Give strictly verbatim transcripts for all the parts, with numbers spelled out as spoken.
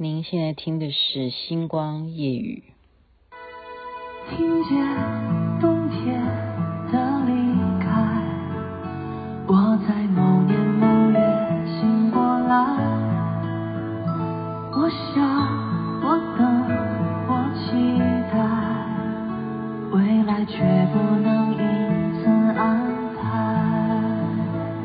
您现在听的是星光夜语。 听见冬天的离开，我在某年某月醒过来，我想我等我期待，未来却不能一曾安排。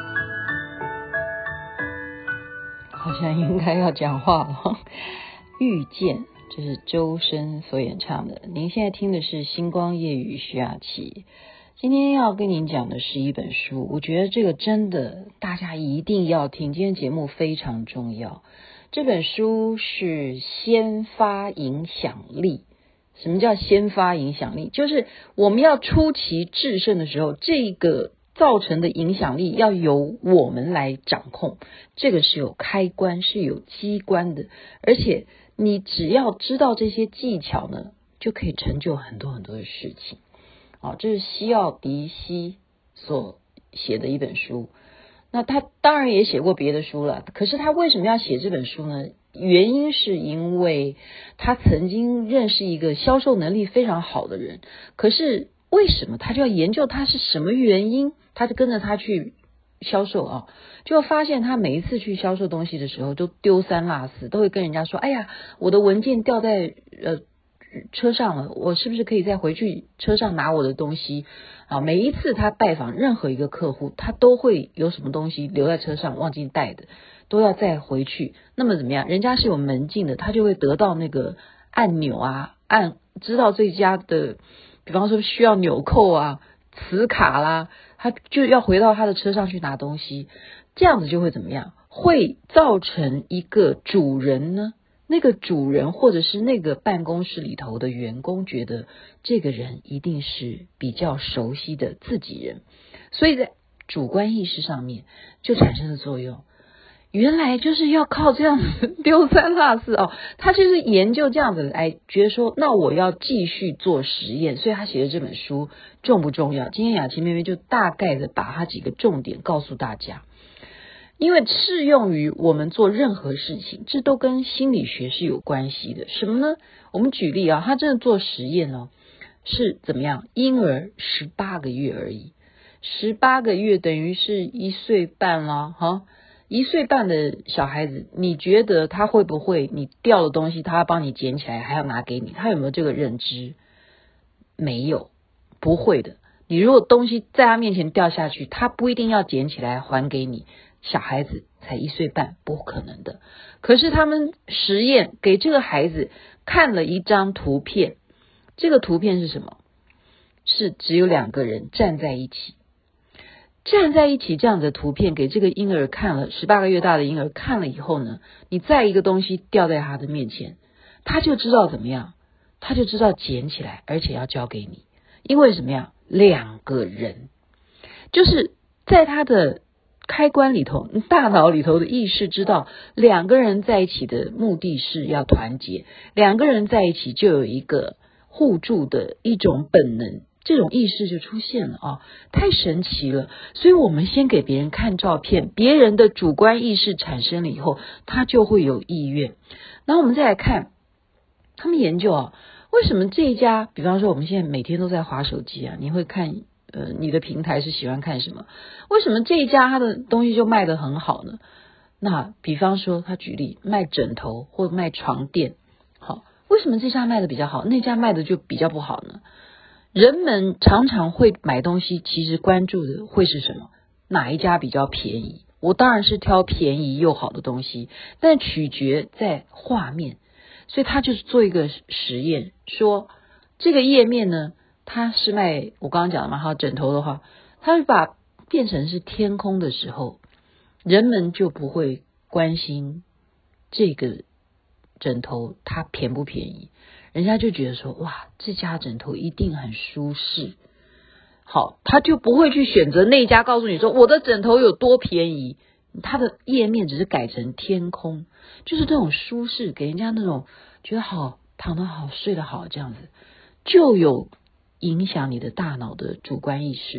好像应该要讲话了。遇见，这是周深所演唱的。您现在听的是星光夜语，徐雅琪。今天要跟您讲的是一本书，我觉得这个真的大家一定要听，今天节目非常重要。这本书是先发影响力。什么叫先发影响力？就是我们要出奇制胜的时候，这个造成的影响力要由我们来掌控，这个是有开关，是有机关的，而且你只要知道这些技巧呢，就可以成就很多很多的事情。好，这是西奥迪西所写的一本书。那他当然也写过别的书了，可是他为什么要写这本书呢？原因是因为他曾经认识一个销售能力非常好的人，可是为什么他就要研究他是什么原因，他就跟着他去销售啊，就发现他每一次去销售东西的时候都丢三落四，都会跟人家说，哎呀，我的文件掉在呃车上了，我是不是可以再回去车上拿我的东西啊？每一次他拜访任何一个客户，他都会有什么东西留在车上忘记带的，都要再回去。那么怎么样？人家是有门禁的，他就会得到那个按钮啊，按知道这家的，比方说需要纽扣啊、磁卡啦，他就要回到他的车上去拿东西。这样子就会怎么样？会造成一个主人呢？那个主人或者是那个办公室里头的员工觉得这个人一定是比较熟悉的自己人，所以在主观意识上面就产生了作用。原来就是要靠这样子丢三落四哦，他就是研究这样子来觉得说，那我要继续做实验，所以他写的这本书重不重要？今天雅琪妹妹就大概的把他几个重点告诉大家。因为适用于我们做任何事情，这都跟心理学是有关系的。什么呢？我们举例啊，他真的做实验哦，是怎么样？婴儿十八个月而已，十八个月等于是一岁半啦，哈，一岁半的小孩子，你觉得他会不会你掉的东西，他要帮你捡起来，还要拿给你？他有没有这个认知？没有，不会的。你如果东西在他面前掉下去，他不一定要捡起来还给你。小孩子才一岁半，不可能的。可是他们实验给这个孩子看了一张图片，这个图片是什么？是只有两个人站在一起，站在一起这样的图片给这个婴儿看了，十八个月大的婴儿看了以后呢，你再一个东西掉在他的面前，他就知道怎么样，他就知道捡起来，而且要交给你。因为什么样？两个人，就是在他的开关里头，大脑里头的意识知道两个人在一起的目的是要团结，两个人在一起就有一个互助的一种本能，这种意识就出现了啊，太神奇了。所以我们先给别人看照片，别人的主观意识产生了以后，他就会有意愿。然后我们再来看他们研究啊，为什么这一家，比方说我们现在每天都在滑手机啊，你会看呃，你的平台是喜欢看什么？为什么这一家他的东西就卖得很好呢？那比方说他举例卖枕头或卖床垫，好，为什么这家卖的比较好，那家卖的就比较不好呢？人们常常会买东西，其实关注的会是什么？哪一家比较便宜？我当然是挑便宜又好的东西，但取决在画面。所以他就是做一个实验，说这个页面呢，它是卖我刚刚讲的嘛，还有枕头的话，它是把变成是天空的时候，人们就不会关心这个枕头它便不便宜，人家就觉得说，哇，这家枕头一定很舒适，好，他就不会去选择那一家告诉你说我的枕头有多便宜，它的页面只是改成天空，就是这种舒适，给人家那种觉得好，躺得好，睡得好，这样子就有影响你的大脑的主观意识。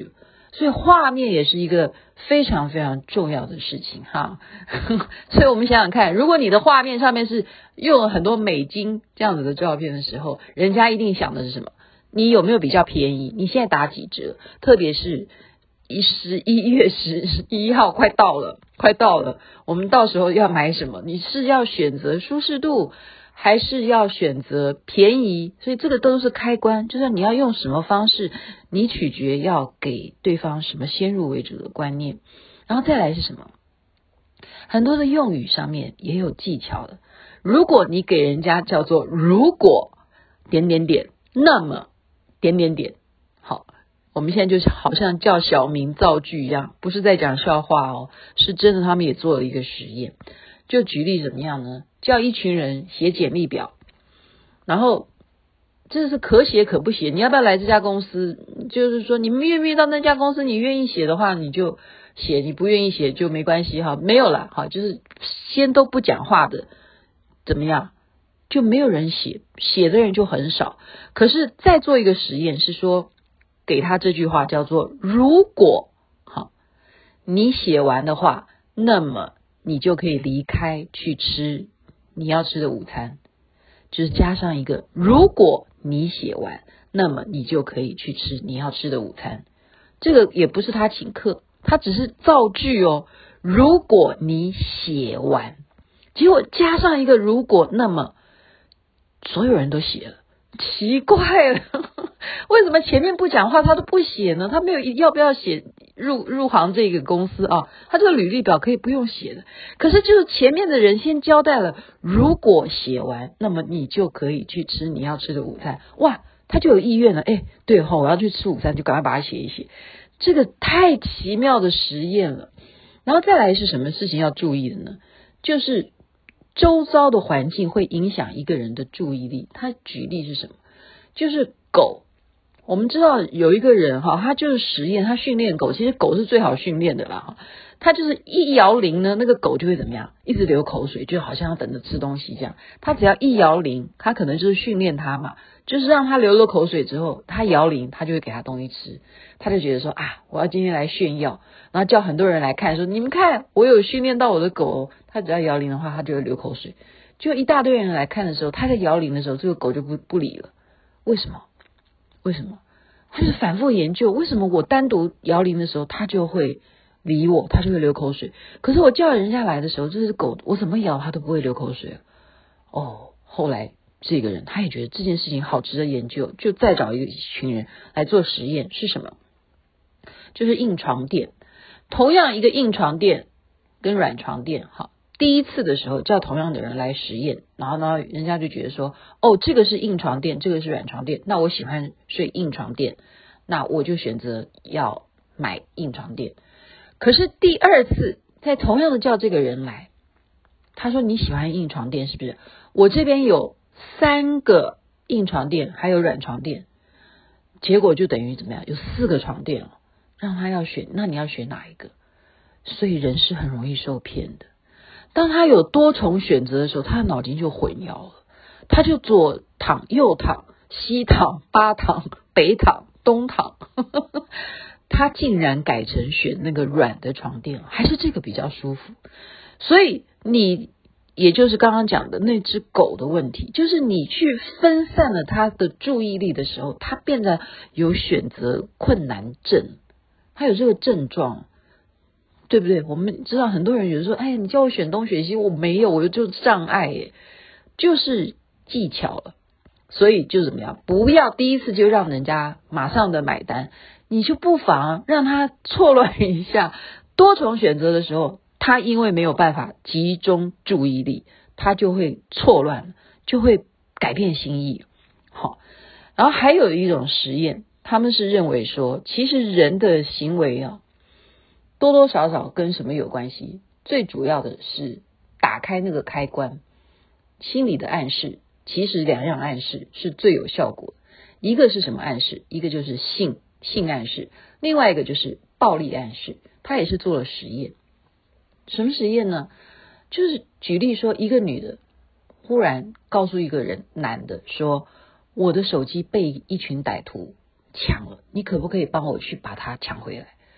所以画面也是一个非常非常重要的事情哈。所以我们想想看，如果你的画面上面是用了很多美金这样子的照片的时候，人家一定想的是什么？你有没有比较便宜？你现在打几折？特别是一十一月十一号快到了，快到了，我们到时候要买什么？你是要选择舒适度，还是要选择便宜？所以这个都是开关，就是你要用什么方式，你取决要给对方什么先入为主的观念。然后再来是什么？很多的用语上面也有技巧的。如果你给人家叫做如果点点点，那么点点点，好，我们现在就是好像叫小明造句一样，不是在讲笑话哦，是真的，他们也做了一个实验。就举例怎么样呢？叫一群人写简历表，然后这是可写可不写，你要不要来这家公司？就是说你们愿不愿意到那家公司，你愿意写的话你就写，你不愿意写就没关系哈，没有啦哈，就是先都不讲话的，怎么样？就没有人写，写的人就很少。可是再做一个实验，是说给他这句话叫做如果好，你写完的话，那么你就可以离开去吃你要吃的午餐，就是加上一个如果你写完，那么你就可以去吃你要吃的午餐。这个也不是他请客，他只是造句哦，如果你写完，结果加上一个如果，那么所有人都写了，奇怪了，为什么前面不讲话他都不写呢？他没有要不要写入入行这个公司啊？他这个履历表可以不用写的，可是就是前面的人先交代了，如果写完，那么你就可以去吃你要吃的午餐。哇，他就有意愿了，哎，对哈、哦，我要去吃午餐，就赶快把它写一写。这个太奇妙的实验了。然后再来是什么事情要注意的呢？就是周遭的环境会影响一个人的注意力。他举例是什么？就是狗。我们知道有一个人哈，他就是实验，他训练狗，其实狗是最好训练的啦。他就是一摇铃呢，那个狗就会怎么样？一直流口水，就好像要等着吃东西这样。他只要一摇铃，他可能就是训练他嘛，就是让他流了口水之后，他摇铃，他就会给他东西吃。他就觉得说啊，我要今天来炫耀，然后叫很多人来看，说你们看我有训练到我的狗，他只要摇铃的话，他就会流口水。就一大堆人来看的时候，他在摇铃的时候，这个狗就不不理了。为什么？为什么？他就是反复研究，为什么我单独摇铃的时候，他就会理我，他就会流口水。可是我叫人家来的时候，这只狗我怎么摇它都不会流口水。哦，后来这个人他也觉得这件事情好值得研究，就再找一群人来做实验。是什么？就是硬床垫。同样一个硬床垫跟软床垫，好，第一次的时候叫同样的人来实验，然后呢，人家就觉得说，哦，这个是硬床垫，这个是软床垫，那我喜欢睡硬床垫，那我就选择要买硬床垫。可是第二次再同样的叫这个人来，他说你喜欢硬床垫是不是？我这边有三个硬床垫还有软床垫，结果就等于怎么样？有四个床垫了，让他要选，那你要选哪一个？所以人是很容易受骗的。当他有多重选择的时候，他的脑筋就混淆了，他就左躺右躺西躺八躺北躺东躺，他竟然改成选那个软的床垫，还是这个比较舒服。所以你也就是刚刚讲的那只狗的问题，就是你去分散了他的注意力的时候，他变得有选择困难症，他有这个症状。对不对？我们知道很多人有说，哎，你叫我选东选西，我没有，我就障碍耶，就是技巧了。所以就怎么样，不要第一次就让人家马上的买单，你就不妨让他错乱一下。多重选择的时候，他因为没有办法集中注意力，他就会错乱，就会改变心意。好，然后还有一种实验，他们是认为说，其实人的行为啊，多多少少跟什么有关系？最主要的是打开那个开关，心理的暗示。其实两样暗示是最有效果的，一个是什么暗示？一个就是性性暗示，另外一个就是暴力暗示。他也是做了实验。什么实验呢？就是举例说，一个女的忽然告诉一个人男的说，我的手机被一群歹徒抢了，你可不可以帮我去把它抢回来？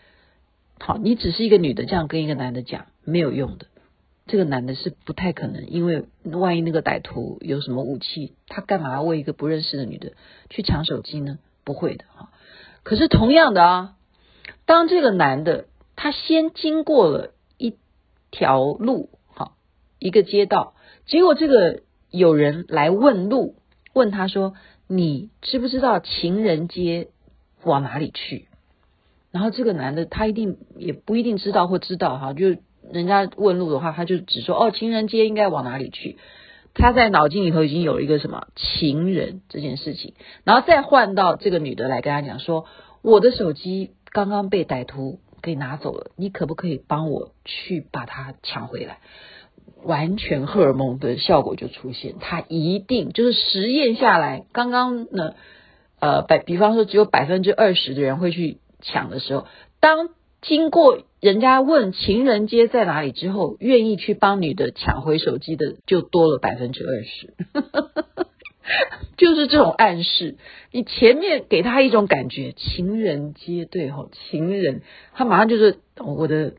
好，你只是一个女的这样跟一个男的讲没有用的，这个男的是不太可能，因为万一那个歹徒有什么武器，他干嘛为一个不认识的女的去抢手机呢？不会的哈。可是同样的啊，当这个男的他先经过了一条路，好，一个街道，结果这个有人来问路，问他说你知不知道情人街往哪里去？然后这个男的他一定也不一定知道或知道哈，就人家问路的话，他就只说哦，情人街应该往哪里去。他在脑筋里头已经有一个什么情人这件事情，然后再换到这个女的来跟他讲说，我的手机刚刚被歹徒给拿走了，你可不可以帮我去把它抢回来？完全荷尔蒙的效果就出现，他一定就是实验下来，刚刚呢，呃，百比方说只有百分之二十的人会去抢的时候，当经过人家问情人街在哪里之后，愿意去帮女的抢回手机的就多了百分之二十，就是这种暗示。你前面给他一种感觉，情人街对吼，情人，他马上就是我的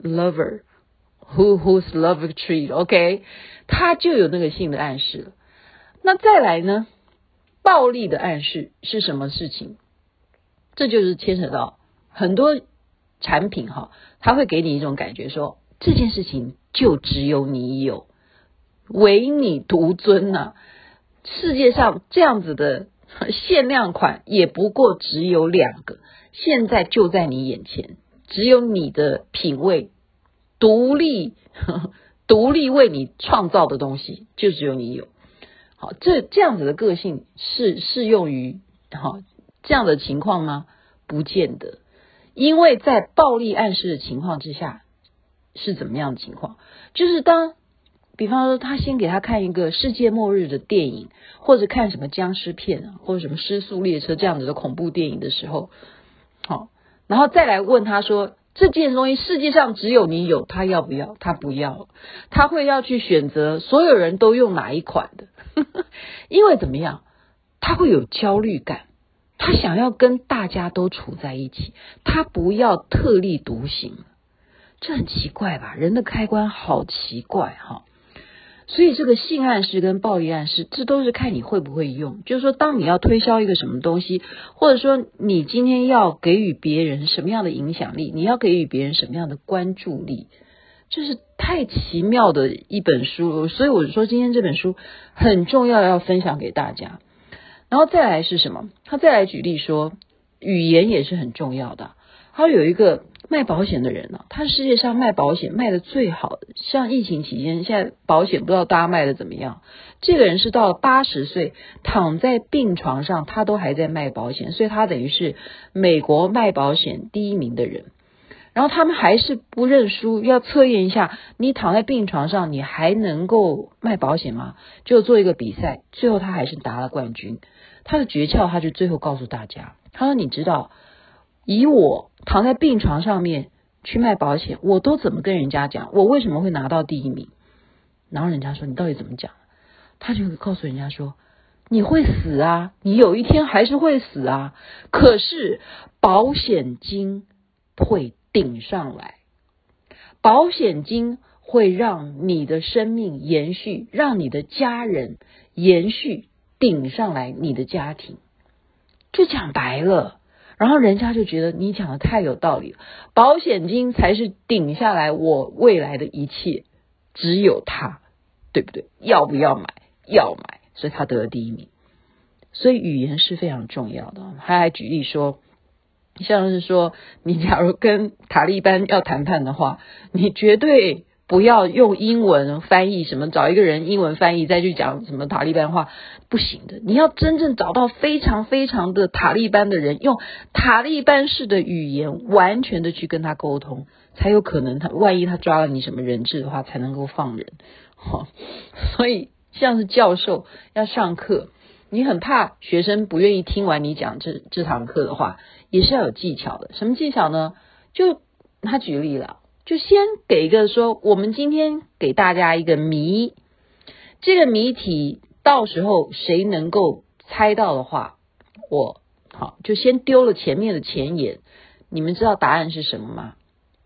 lover。Who whose love tree？OK， 他就有那个性的暗示了。那再来呢？暴力的暗示是什么事情？这就是牵扯到很多产品哈，他会给你一种感觉说，这件事情就只有你有，唯你独尊啊！世界上这样子的限量款也不过只有两个，现在就在你眼前，只有你的品味。独立呵呵独立为你创造的东西就只有你有。好，这这样子的个性是适用于好这样的情况吗？不见得，因为在暴力暗示的情况之下是怎么样的情况？就是当比方说他先给他看一个世界末日的电影，或者看什么僵尸片或者什么失速列车这样子的恐怖电影的时候，好，然后再来问他说，这件东西世界上只有你有，他要不要？他不要，他会要去选择所有人都用哪一款的因为怎么样，他会有焦虑感，他想要跟大家都处在一起，他不要特立独行。这很奇怪吧，人的开关好奇怪哈。所以这个性暗示跟暴力暗示，这都是看你会不会用。就是说当你要推销一个什么东西，或者说你今天要给予别人什么样的影响力，你要给予别人什么样的关注力，这是太奇妙的一本书。所以我说今天这本书很重要，要分享给大家。然后再来是什么？他再来举例说语言也是很重要的。他有一个卖保险的人呢、啊，他世界上卖保险卖的最好的，像疫情期间，现在保险不知道大家卖的怎么样。这个人是到了八十岁，躺在病床上，他都还在卖保险，所以他等于是美国卖保险第一名的人。然后他们还是不认输，要测验一下，你躺在病床上，你还能够卖保险吗？就做一个比赛，最后他还是拿了冠军。他的诀窍，他就最后告诉大家，他说：“你知道。”以我躺在病床上面去卖保险，我都怎么跟人家讲我为什么会拿到第一名？然后人家说你到底怎么讲？他就告诉人家说，你会死啊，你有一天还是会死啊，可是保险金会顶上来，保险金会让你的生命延续，让你的家人延续，顶上来你的家庭。就讲白了，然后人家就觉得你讲的太有道理了，保险金才是顶下来我未来的一切，只有它，对不对？要不要买？要买，所以他得了第一名。所以语言是非常重要的。他还举例说，像是说你假如跟塔利班要谈判的话，你绝对不要用英文翻译什么，找一个人英文翻译再去讲什么塔利班话，不行的。你要真正找到非常非常的塔利班的人，用塔利班式的语言完全的去跟他沟通，才有可能他万一他抓了你什么人质的话，才能够放人。哦、所以像是教授要上课，你很怕学生不愿意听完你讲这这堂课的话，也是要有技巧的。什么技巧呢？就他举例了，就先给一个说，我们今天给大家一个谜，这个谜题到时候谁能够猜到的话，我好就先丢了前面的前言，你们知道答案是什么吗？好，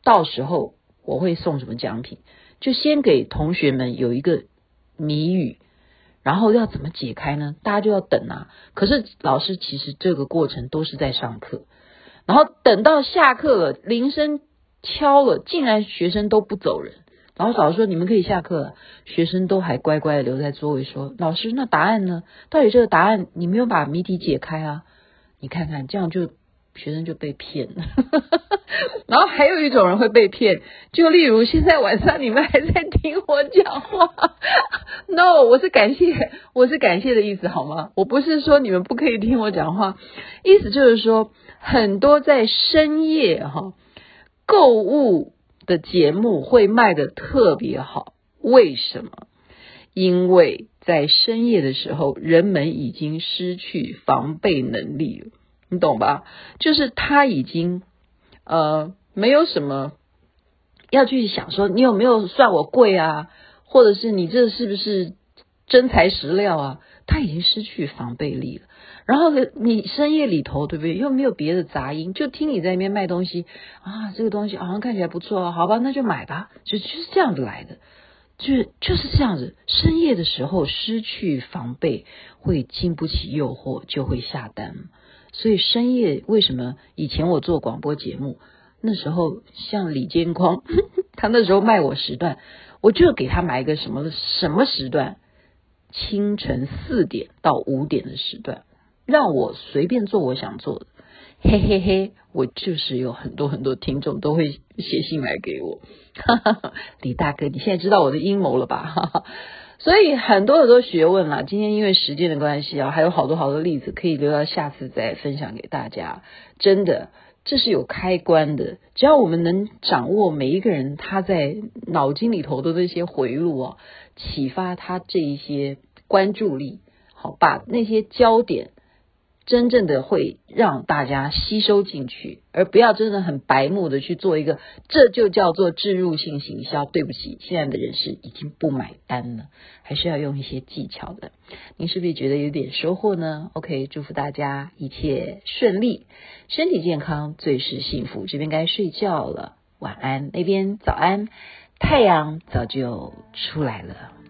到时候我会送什么奖品，就先给同学们有一个谜语，然后要怎么解开呢？大家就要等啊。可是老师其实这个过程都是在上课，然后等到下课了，铃声敲了，竟然学生都不走人。然后老师说你们可以下课了，学生都还乖乖的留在座位说，老师那答案呢？到底这个答案你没有把谜题解开啊？你看看这样就学生就被骗了。然后还有一种人会被骗，就例如现在晚上你们还在听我讲话。No， 我是感谢，我是感谢的意思好吗？我不是说你们不可以听我讲话，意思就是说很多在深夜哈购物的节目会卖得特别好。为什么？因为在深夜的时候，人们已经失去防备能力了，你懂吧？就是他已经呃没有什么要去想说你有没有算我贵啊，或者是你这是不是真材实料啊，他已经失去防备力了。然后你深夜里头对不对，又没有别的杂音，就听你在那边卖东西啊，这个东西好像看起来不错啊，好吧那就买吧，就就是这样子来的，就就是这样子。深夜的时候失去防备，会经不起诱惑，就会下单。所以深夜为什么以前我做广播节目，那时候像李坚光他那时候卖我时段，我就给他买一个什么什么时段，清晨四点到五点的时段，让我随便做我想做的。嘿嘿嘿，我就是有很多很多听众都会写信来给我。李大哥，你现在知道我的阴谋了吧？所以很多很多学问啦，今天因为时间的关系啊，还有好多好多例子可以留到下次再分享给大家。真的，这是有开关的，只要我们能掌握每一个人他在脑筋里头的这些回路啊，启发他这一些关注力，好，把那些焦点真正的会让大家吸收进去，而不要真的很白目的去做一个，这就叫做置入性行销。对不起，现在的人是已经不买单了，还是要用一些技巧的。您是不是觉得有点收获呢？ OK， 祝福大家一切顺利，身体健康，最是幸福。这边该睡觉了，晚安，那边早安，太阳早就出来了。